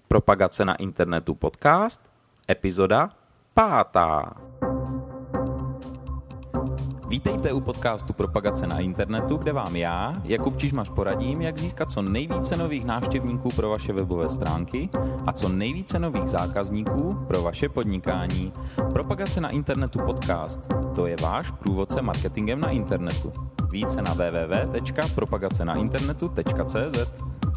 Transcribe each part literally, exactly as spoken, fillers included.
Propagace na internetu podcast, epizoda pátá. Vítejte u podcastu Propagace na internetu, kde vám já, Jakub Čižmař, poradím, jak získat co nejvíce nových návštěvníků pro vaše webové stránky a co nejvíce nových zákazníků pro vaše podnikání. Propagace na internetu podcast, to je váš průvodce marketingem na internetu. Více na w w w tečka propagace na internetu tečka c z.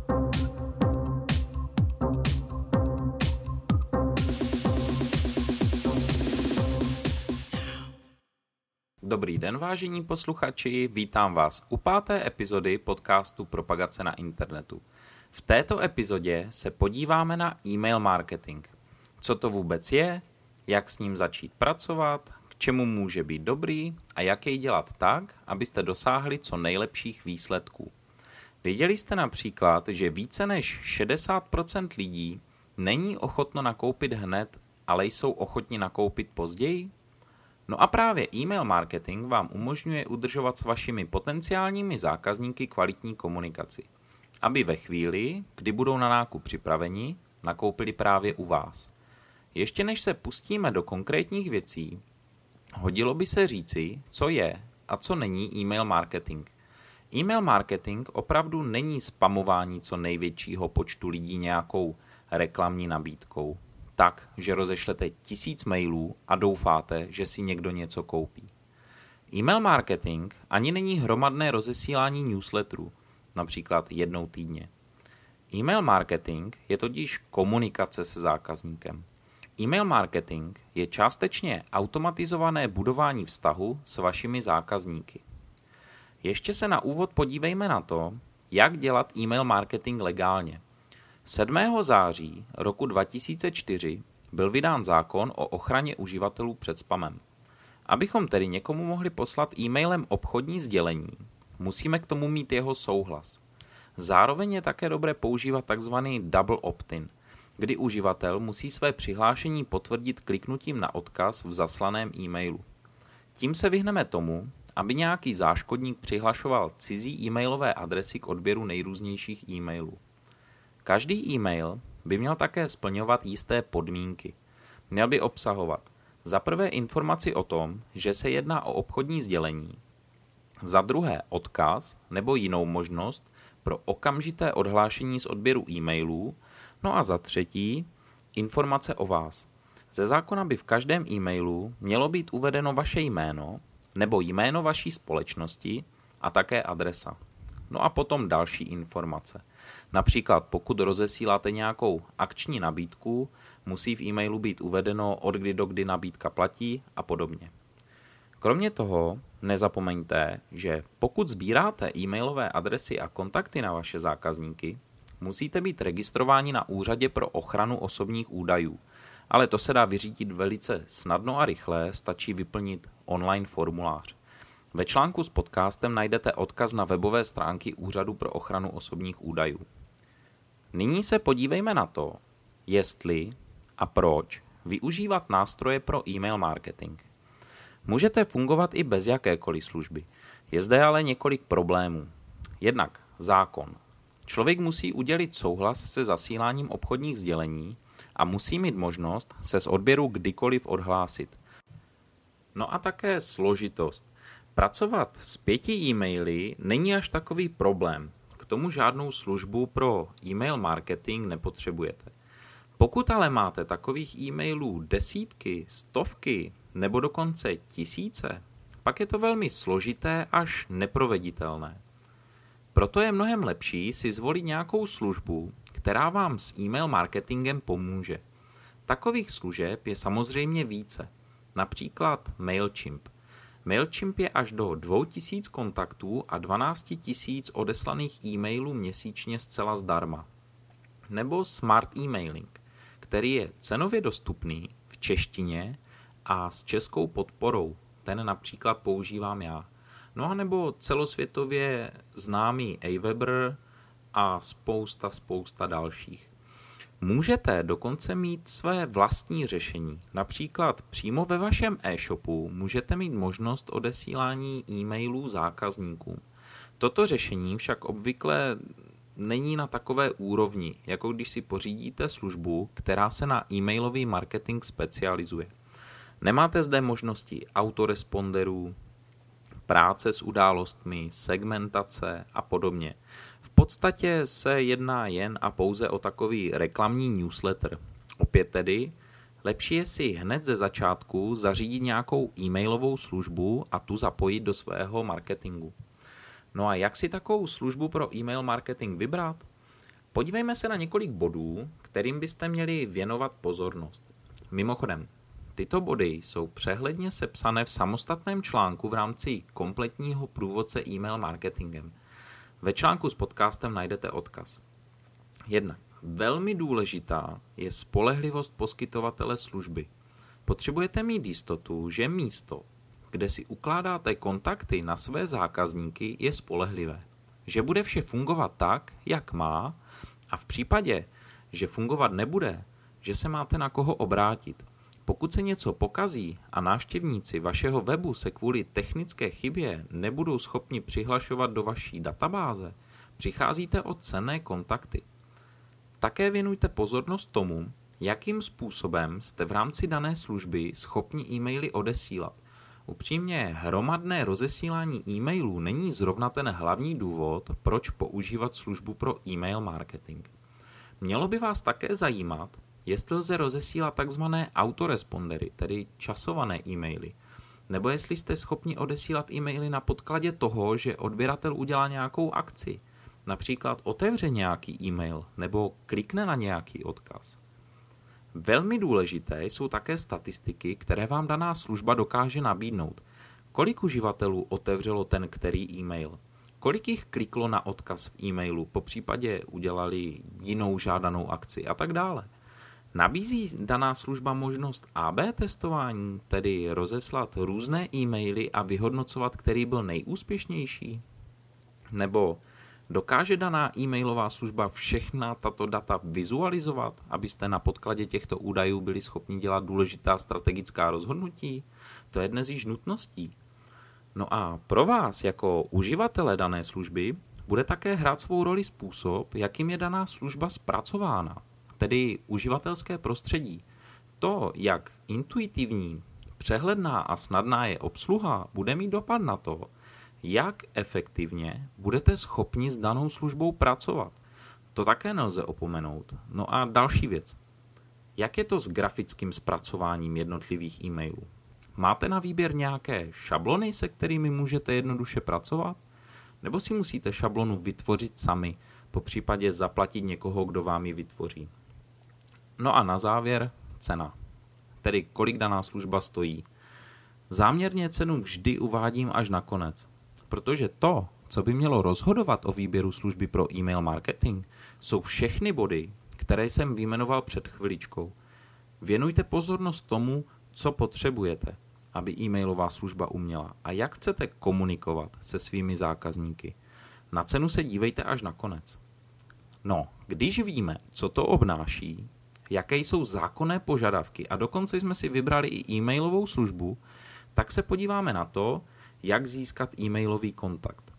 Dobrý den, vážení posluchači, vítám vás u páté epizody podcastu Propagace na internetu. V této epizodě se podíváme na e-mail marketing. Co to vůbec je, jak s ním začít pracovat, k čemu může být dobrý a jak jej dělat tak, abyste dosáhli co nejlepších výsledků. Věděli jste například, že více než šedesát procent lidí není ochotno nakoupit hned, ale jsou ochotni nakoupit později? No a právě e-mail marketing vám umožňuje udržovat s vašimi potenciálními zákazníky kvalitní komunikaci, aby ve chvíli, kdy budou na nákup připraveni, nakoupili právě u vás. Ještě než se pustíme do konkrétních věcí, hodilo by se říci, co je a co není e-mail marketing. E-mail marketing opravdu není spamování co největšího počtu lidí nějakou reklamní nabídkou. Tak, že rozešlete tisíc mailů a doufáte, že si někdo něco koupí. E-mail marketing ani není hromadné rozesílání newsletterů, například jednou týdně. E-mail marketing je totiž komunikace se zákazníkem. E-mail marketing je částečně automatizované budování vztahu s vašimi zákazníky. Ještě se na úvod podívejme na to, jak dělat e-mail marketing legálně. sedmého září roku dva tisíce čtyři byl vydán zákon o ochraně uživatelů před spamem. Abychom tedy někomu mohli poslat e-mailem obchodní sdělení, musíme k tomu mít jeho souhlas. Zároveň je také dobré používat tzv. Double opt-in, kdy uživatel musí své přihlášení potvrdit kliknutím na odkaz v zaslaném e-mailu. Tím se vyhneme tomu, aby nějaký záškodník přihlašoval cizí e-mailové adresy k odběru nejrůznějších e-mailů. Každý e-mail by měl také splňovat jisté podmínky. Měl by obsahovat za prvé informaci o tom, že se jedná o obchodní sdělení, za druhé odkaz nebo jinou možnost pro okamžité odhlášení z odběru e-mailů, no a za třetí informace o vás. Ze zákona by v každém e-mailu mělo být uvedeno vaše jméno nebo jméno vaší společnosti a také adresa. No a potom další informace. Například pokud rozesíláte nějakou akční nabídku, musí v e-mailu být uvedeno od kdy do kdy nabídka platí a podobně. Kromě toho nezapomeňte, že pokud sbíráte e-mailové adresy a kontakty na vaše zákazníky, musíte být registrováni na Úřadě pro ochranu osobních údajů. Ale to se dá vyřídit velice snadno a rychle, stačí vyplnit online formulář. Ve článku s podcastem najdete odkaz na webové stránky Úřadu pro ochranu osobních údajů. Nyní se podívejme na to, jestli a proč využívat nástroje pro e-mail marketing. Můžete fungovat i bez jakékoliv služby. Je zde ale několik problémů. Jednak zákon. Člověk musí udělit souhlas se zasíláním obchodních sdělení a musí mít možnost se z odběru kdykoliv odhlásit. No a také složitost. Pracovat s pěti e-maily není až takový problém. K tomu žádnou službu pro e-mail marketing nepotřebujete. Pokud ale máte takových e-mailů desítky, stovky nebo dokonce tisíce, pak je to velmi složité až neproveditelné. Proto je mnohem lepší si zvolit nějakou službu, která vám s e-mail marketingem pomůže. Takových služeb je samozřejmě více, například MailChimp. MailChimp je až do dvě tisíce kontaktů a dvanáct tisíc odeslaných e-mailů měsíčně zcela zdarma. Nebo Smart Emailing, který je cenově dostupný v češtině a s českou podporou. Ten například používám já. No a nebo celosvětově známý Aweber a spousta, spousta dalších. Můžete dokonce mít své vlastní řešení. Například přímo ve vašem e-shopu můžete mít možnost odesílání e-mailů zákazníkům. Toto řešení však obvykle není na takové úrovni, jako když si pořídíte službu, která se na e-mailový marketing specializuje. Nemáte zde možnosti autoresponderů, práce s událostmi, segmentace a podobně. V podstatě se jedná jen a pouze o takový reklamní newsletter. Opět tedy, lepší je si hned ze začátku zařídit nějakou e-mailovou službu a tu zapojit do svého marketingu. No a jak si takovou službu pro e-mail marketing vybrat? Podívejme se na několik bodů, kterým byste měli věnovat pozornost. Mimochodem, tyto body jsou přehledně sepsané v samostatném článku v rámci kompletního průvodce e-mail marketingem. Ve článku s podcastem najdete odkaz. Jednak velmi důležitá je spolehlivost poskytovatele služby. Potřebujete mít jistotu, že místo, kde si ukládáte kontakty na své zákazníky, je spolehlivé. Že bude vše fungovat tak, jak má, a v případě, že fungovat nebude, že se máte na koho obrátit. Pokud se něco pokazí a návštěvníci vašeho webu se kvůli technické chybě nebudou schopni přihlašovat do vaší databáze, přicházíte o cenné kontakty. Také věnujte pozornost tomu, jakým způsobem jste v rámci dané služby schopni e-maily odesílat. Upřímně, hromadné rozesílání e-mailů není zrovna ten hlavní důvod, proč používat službu pro e-mail marketing. Mělo by vás také zajímat, jestli lze rozesílat tzv. Autorespondery, tedy časované e-maily, nebo jestli jste schopni odesílat e-maily na podkladě toho, že odběratel udělá nějakou akci, například otevře nějaký e-mail nebo klikne na nějaký odkaz. Velmi důležité jsou také statistiky, které vám daná služba dokáže nabídnout. Kolik uživatelů otevřelo ten který e-mail? Kolik jich kliklo na odkaz v e-mailu, popřípadě udělali jinou žádanou akci a tak dále. Nabízí daná služba možnost A B testování, tedy rozeslat různé e-maily a vyhodnocovat, který byl nejúspěšnější? Nebo dokáže daná e-mailová služba všechna tato data vizualizovat, abyste na podkladě těchto údajů byli schopni dělat důležitá strategická rozhodnutí? To je dnes již nutností. No a pro vás jako uživatele dané služby bude také hrát svou roli způsob, jakým je daná služba zpracována, tedy uživatelské prostředí. To, jak intuitivní, přehledná a snadná je obsluha, bude mít dopad na to, jak efektivně budete schopni s danou službou pracovat. To také nelze opomenout. No a další věc. Jak je to s grafickým zpracováním jednotlivých e-mailů? Máte na výběr nějaké šablony, se kterými můžete jednoduše pracovat? Nebo si musíte šablonu vytvořit sami, popřípadě zaplatit někoho, kdo vám ji vytvoří? No a na závěr cena. Tedy kolik daná služba stojí. Záměrně cenu vždy uvádím až na konec, protože to, co by mělo rozhodovat o výběru služby pro e-mail marketing, jsou všechny body, které jsem vyjmenoval před chviličkou. Věnujte pozornost tomu, co potřebujete, aby e-mailová služba uměla a jak chcete komunikovat se svými zákazníky. Na cenu se dívejte až na konec. No, když víme, co to obnáší, jaké jsou zákonné požadavky a dokonce jsme si vybrali i e-mailovou službu, tak se podíváme na to, jak získat e-mailový kontakt.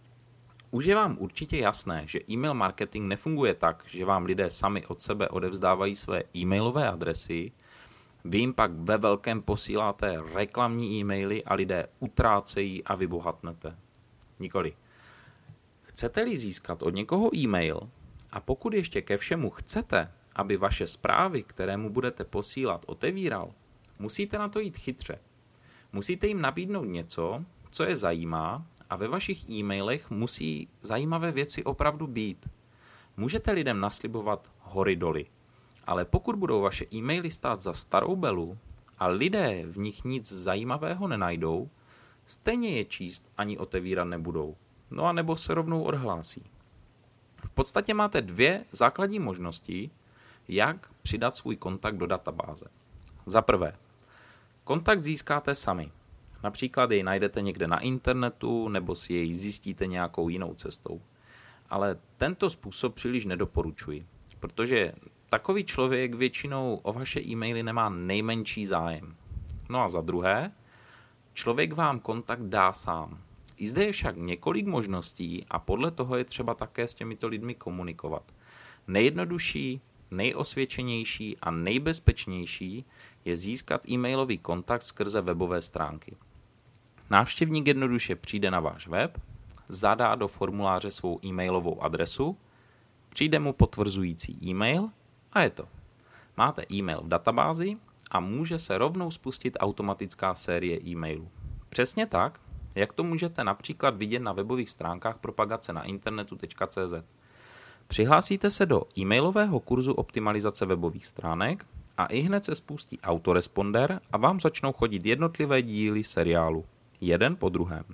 Už je vám určitě jasné, že e-mail marketing nefunguje tak, že vám lidé sami od sebe odevzdávají své e-mailové adresy, vy jim pak ve velkém posíláte reklamní e-maily a lidé utrácejí a vy bohatnete. Nikoli. Chcete-li získat od někoho e-mail a pokud ještě ke všemu chcete, aby vaše zprávy, které mu budete posílat, otevíral, musíte na to jít chytře. Musíte jim nabídnout něco, co je zajímá a ve vašich e-mailech musí zajímavé věci opravdu být. Můžete lidem naslibovat hory doly, ale pokud budou vaše e-maily stát za starou belu a lidé v nich nic zajímavého nenajdou, stejně je číst ani otevírat nebudou. No a nebo se rovnou odhlásí. V podstatě máte dvě základní možnosti, jak přidat svůj kontakt do databáze. Za prvé, kontakt získáte sami. Například jej najdete někde na internetu nebo si jej zjistíte nějakou jinou cestou. Ale tento způsob příliš nedoporučuji, protože takový člověk většinou o vaše e-maily nemá nejmenší zájem. No a za druhé, člověk vám kontakt dá sám. I zde je však několik možností a podle toho je třeba také s těmito lidmi komunikovat. Nejjednodušší, nejosvědčenější a nejbezpečnější je získat e-mailový kontakt skrze webové stránky. Návštěvník jednoduše přijde na váš web, zadá do formuláře svou e-mailovou adresu, přijde mu potvrzující e-mail a je to. Máte e-mail v databázi a může se rovnou spustit automatická série e-mailů. Přesně tak, jak to můžete například vidět na webových stránkách propagace na internetu tečka cé zet. Přihlásíte se do e-mailového kurzu optimalizace webových stránek a ihned se spustí autoresponder a vám začnou chodit jednotlivé díly seriálu, jeden po druhém.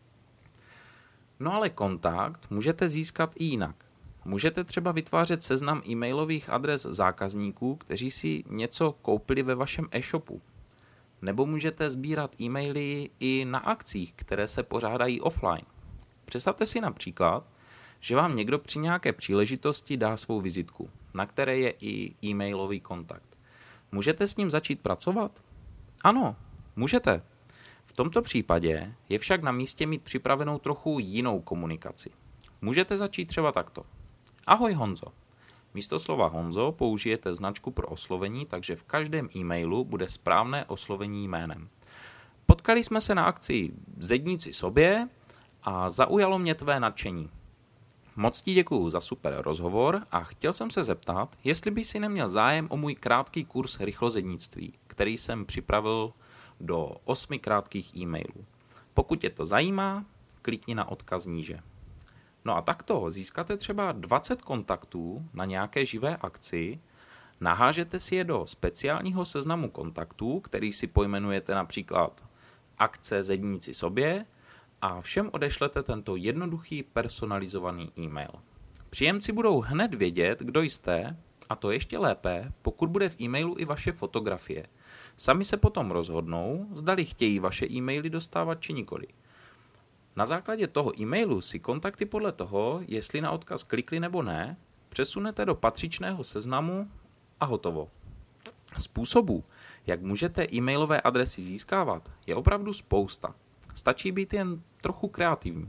No ale kontakt můžete získat i jinak. Můžete třeba vytvářet seznam e-mailových adres zákazníků, kteří si něco koupili ve vašem e-shopu. Nebo můžete sbírat e-maily i na akcích, které se pořádají offline. Představte si například, že vám někdo při nějaké příležitosti dá svou vizitku, na které je i e-mailový kontakt. Můžete s ním začít pracovat? Ano, můžete. V tomto případě je však na místě mít připravenou trochu jinou komunikaci. Můžete začít třeba takto. Ahoj Honzo. Místo slova Honzo použijete značku pro oslovení, takže v každém e-mailu bude správné oslovení jménem. Potkali jsme se na akci Zedníci sobě a zaujalo mě tvé nadšení. Moc ti děkuju za super rozhovor a chtěl jsem se zeptat, jestli by si neměl zájem o můj krátký kurz rychlozednictví, který jsem připravil do osmi krátkých e-mailů. Pokud tě to zajímá, klikni na odkaz níže. No a takto získáte třeba dvacet kontaktů na nějaké živé akci, nahážete si je do speciálního seznamu kontaktů, který si pojmenujete například akce Zedníci sobě a všem odešlete tento jednoduchý personalizovaný e-mail. Příjemci budou hned vědět, kdo jste, a to ještě lépe, pokud bude v e-mailu i vaše fotografie. Sami se potom rozhodnou, zdali chtějí vaše e-maily dostávat či nikoli. Na základě toho e-mailu si kontakty podle toho, jestli na odkaz klikli nebo ne, přesunete do patřičného seznamu a hotovo. Způsobů, jak můžete e-mailové adresy získávat, je opravdu spousta. Stačí být jen trochu kreativní.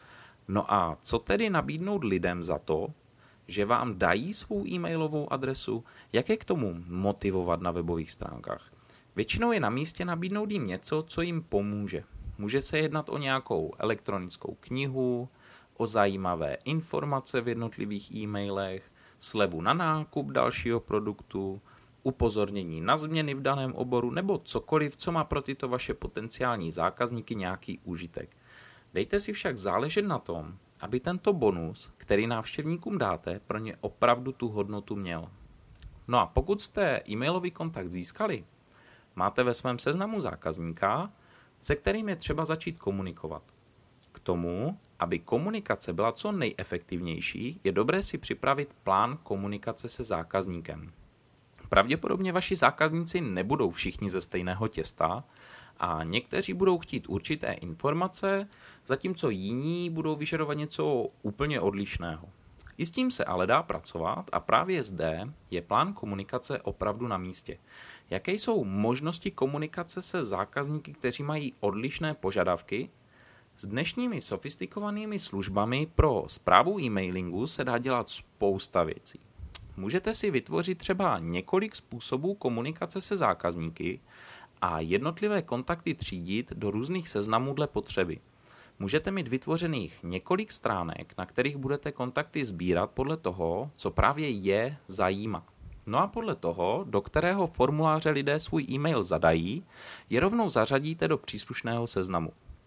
No a co tedy nabídnout lidem za to, že vám dají svou e-mailovou adresu, jak je k tomu motivovat na webových stránkách? Většinou je na místě nabídnout jim něco, co jim pomůže. Může se jednat o nějakou elektronickou knihu, o zajímavé informace v jednotlivých e-mailech, slevu na nákup dalšího produktu, upozornění na změny v daném oboru nebo cokoliv, co má pro tyto vaše potenciální zákazníky nějaký užitek. Dejte si však záležet na tom, aby tento bonus, který návštěvníkům dáte, pro ně opravdu tu hodnotu měl. No a pokud jste e-mailový kontakt získali, máte ve svém seznamu zákazníka, se kterým je třeba začít komunikovat. K tomu, aby komunikace byla co nejefektivnější, je dobré si připravit plán komunikace se zákazníkem. Pravděpodobně vaši zákazníci nebudou všichni ze stejného těsta a někteří budou chtít určité informace, zatímco jiní budou vyžadovat něco úplně odlišného. I s tím se ale dá pracovat a právě zde je plán komunikace opravdu na místě. Jaké jsou možnosti komunikace se zákazníky, kteří mají odlišné požadavky? S dnešními sofistikovanými službami pro správu e-mailingu se dá dělat spousta věcí. Můžete si vytvořit třeba několik způsobů komunikace se zákazníky a jednotlivé kontakty třídit do různých seznamů dle potřeby. Můžete mít vytvořených několik stránek, na kterých budete kontakty sbírat podle toho, co právě je zajímá. No a podle toho, do kterého formuláře lidé svůj e-mail zadají, je rovnou zařadíte do příslušného seznamu.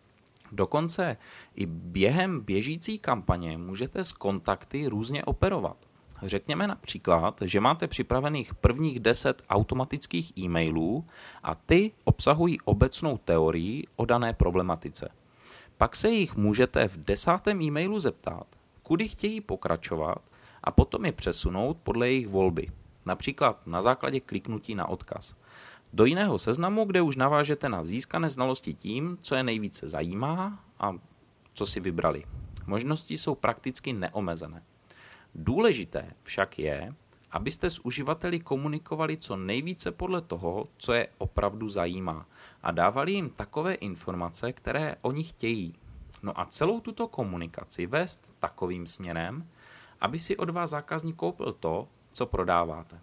Dokonce i během běžící kampaně můžete s kontakty různě operovat. Řekněme například, že máte připravených prvních deset automatických e-mailů a ty obsahují obecnou teorii o dané problematice. Pak se jich můžete v desátém e-mailu zeptat, kudy chtějí pokračovat a potom je přesunout podle jejich volby. Například na základě kliknutí na odkaz. Do jiného seznamu, kde už navážete na získané znalosti tím, co je nejvíce zajímá a co si vybrali. Možnosti jsou prakticky neomezené. Důležité však je, abyste s uživateli komunikovali co nejvíce podle toho, co je opravdu zajímá a dávali jim takové informace, které oni chtějí. No a celou tuto komunikaci vést takovým směrem, aby si od vás zákazník koupil to, co prodáváte.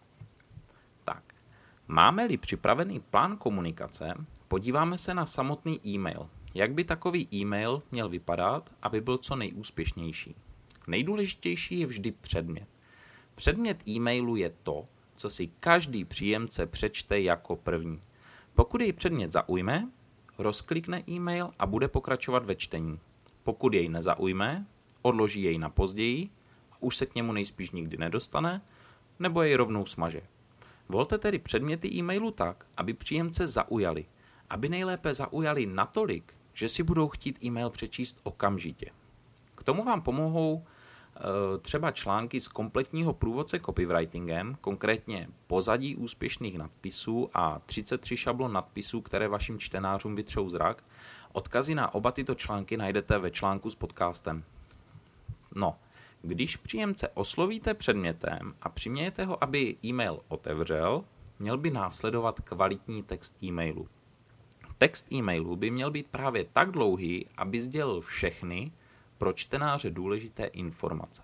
Tak, máme-li připravený plán komunikace, podíváme se na samotný e-mail. Jak by takový e-mail měl vypadat, aby byl co nejúspěšnější? Nejdůležitější je vždy předmět. Předmět e-mailu je to, co si každý příjemce přečte jako první. Pokud jej předmět zaujme, rozklikne e-mail a bude pokračovat ve čtení. Pokud jej nezaujme, odloží jej na později a už se k němu nejspíš nikdy nedostane, nebo jej rovnou smaže. Volte tedy předměty e-mailu tak, aby příjemce zaujali, aby nejlépe zaujali natolik, že si budou chtít e-mail přečíst okamžitě. K tomu vám pomohou e, třeba články z kompletního průvodce copywritingem, konkrétně pozadí úspěšných nadpisů a třicet tři šablon nadpisů, které vašim čtenářům vytřou zrak. Odkazy na oba tyto články najdete ve článku s podcastem. No, když příjemce oslovíte předmětem a přimějete ho, aby e-mail otevřel, měl by následovat kvalitní text e-mailu. Text e-mailu by měl být právě tak dlouhý, aby sdělil všechny pro čtenáře důležité informace.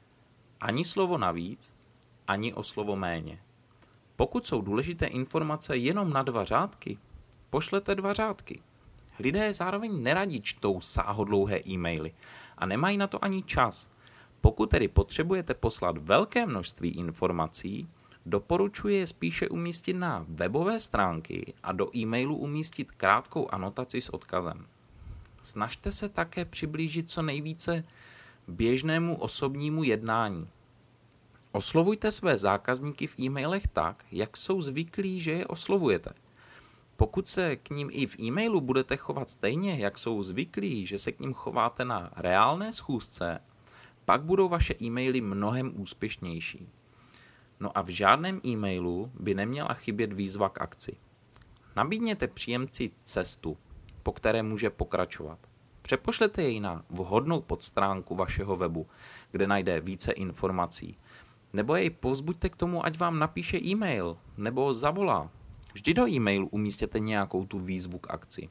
Ani slovo navíc, ani o slovo méně. Pokud jsou důležité informace jenom na dva řádky, pošlete dva řádky. Lidé zároveň neradí čtou sáhodlouhé e-maily a nemají na to ani čas. Pokud tedy potřebujete poslat velké množství informací, doporučuji je spíše umístit na webové stránky a do e-mailu umístit krátkou anotaci s odkazem. Snažte se také přiblížit co nejvíce běžnému osobnímu jednání. Oslovujte své zákazníky v e-mailech tak, jak jsou zvyklí, že je oslovujete. Pokud se k ním i v e-mailu budete chovat stejně, jak jsou zvyklí, že se k ním chováte na reálné schůzce, pak budou vaše e-maily mnohem úspěšnější. No a v žádném e-mailu by neměla chybět výzva k akci. Nabídněte příjemci cestu, po které může pokračovat. Přepošlete jej na vhodnou podstránku vašeho webu, kde najde více informací. Nebo jej povzbuďte k tomu, ať vám napíše e-mail, nebo zavolá. Vždy do e-mailu umístěte nějakou tu výzvu k akci.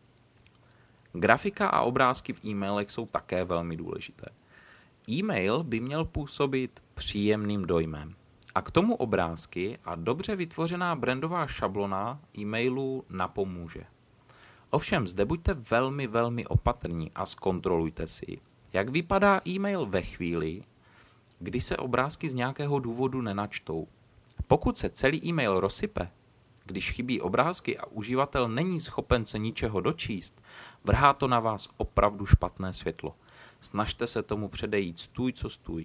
Grafika a obrázky v e-mailech jsou také velmi důležité. E-mail by měl působit příjemným dojmem. A k tomu obrázky a dobře vytvořená brandová šablona e-mailu napomůže. Ovšem zde buďte velmi, velmi opatrní a zkontrolujte si, jak vypadá e-mail ve chvíli, kdy se obrázky z nějakého důvodu nenačtou. Pokud se celý e-mail rozsype, když chybí obrázky a uživatel není schopen se ničeho dočíst, vrhá to na vás opravdu špatné světlo. Snažte se tomu předejít stůj co stůj.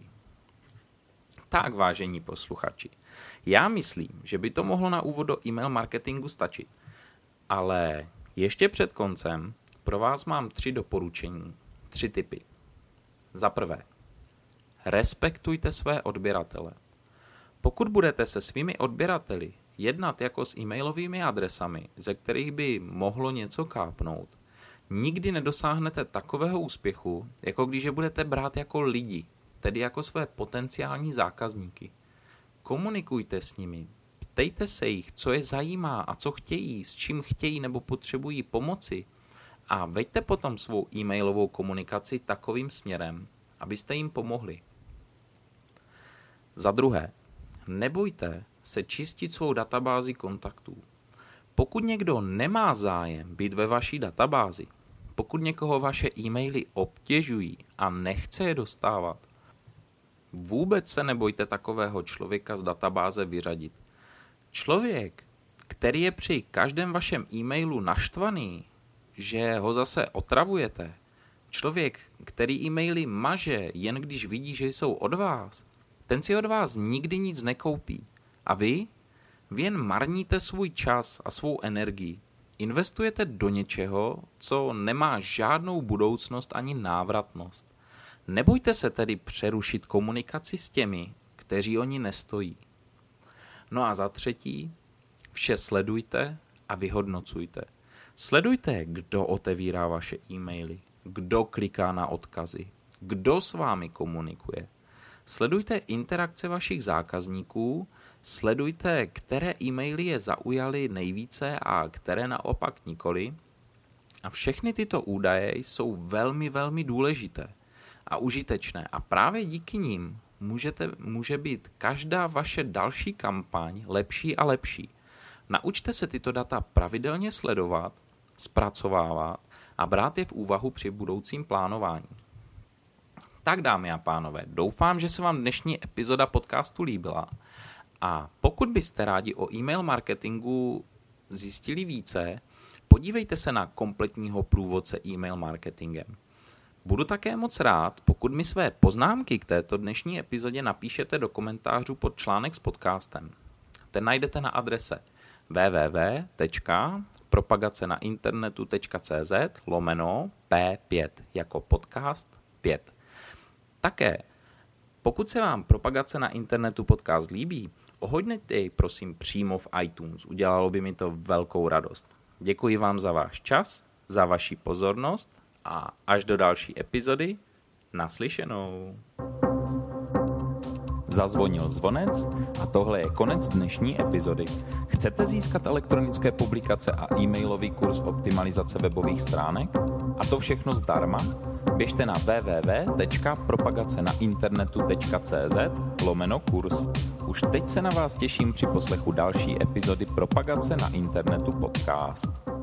Tak, vážení posluchači, já myslím, že by to mohlo na úvod do e-mail marketingu stačit. Ale ještě před koncem pro vás mám tři doporučení, tři tipy. Za prvé, respektujte své odběratele. Pokud budete se svými odběrateli jednat jako s e-mailovými adresami, ze kterých by mohlo něco kápnout, nikdy nedosáhnete takového úspěchu, jako když je budete brát jako lidi, tedy jako své potenciální zákazníky. Komunikujte s nimi, ptejte se jich, co je zajímá a co chtějí, s čím chtějí nebo potřebují pomoci a veďte potom svou e-mailovou komunikaci takovým směrem, abyste jim pomohli. Za druhé, nebojte se čistit svou databázi kontaktů. Pokud někdo nemá zájem být ve vaší databázi, pokud někoho vaše e-maily obtěžují a nechce je dostávat, vůbec se nebojte takového člověka z databáze vyřadit. Člověk, který je při každém vašem e-mailu naštvaný, že ho zase otravujete, člověk, který e-maily maže, jen když vidí, že jsou od vás, ten si od vás nikdy nic nekoupí. A vy? Vy jen marníte svůj čas a svou energii. Investujete do něčeho, co nemá žádnou budoucnost ani návratnost. Nebojte se tedy přerušit komunikaci s těmi, kteří o ní nestojí. No a za třetí, vše sledujte a vyhodnocujte. Sledujte, kdo otevírá vaše e-maily, kdo kliká na odkazy, kdo s vámi komunikuje. Sledujte interakce vašich zákazníků, sledujte, které e-maily je zaujaly nejvíce a které naopak nikoli. A všechny tyto údaje jsou velmi, velmi důležité a užitečné a právě díky nim můžete, může být každá vaše další kampaň lepší a lepší. Naučte se tyto data pravidelně sledovat, zpracovávat a brát je v úvahu při budoucím plánování. Tak dámy a pánové, doufám, že se vám dnešní epizoda podcastu líbila a pokud byste rádi o e-mail marketingu zjistili více, podívejte se na kompletního průvodce e-mail marketingem. Budu také moc rád, pokud mi své poznámky k této dnešní epizodě napíšete do komentářů pod článek s podcastem. Ten najdete na adrese w w w tečka propagace na internetu tečka c z lomeno p pět jako podcast pět. Také, pokud se vám Propagace na internetu podcast líbí, ohodnoťte jej prosím přímo v iTunes, udělalo by mi to velkou radost. Děkuji vám za váš čas, za vaši pozornost a až do další epizody, naslyšenou. Zazvonil zvonec a tohle je konec dnešní epizody. Chcete získat elektronické publikace a e-mailový kurz optimalizace webových stránek? A to všechno zdarma? Běžte na w w w tečka propagace na internetu tečka c z lomeno kurz. Už teď se na vás těším při poslechu další epizody Propagace na internetu podcast.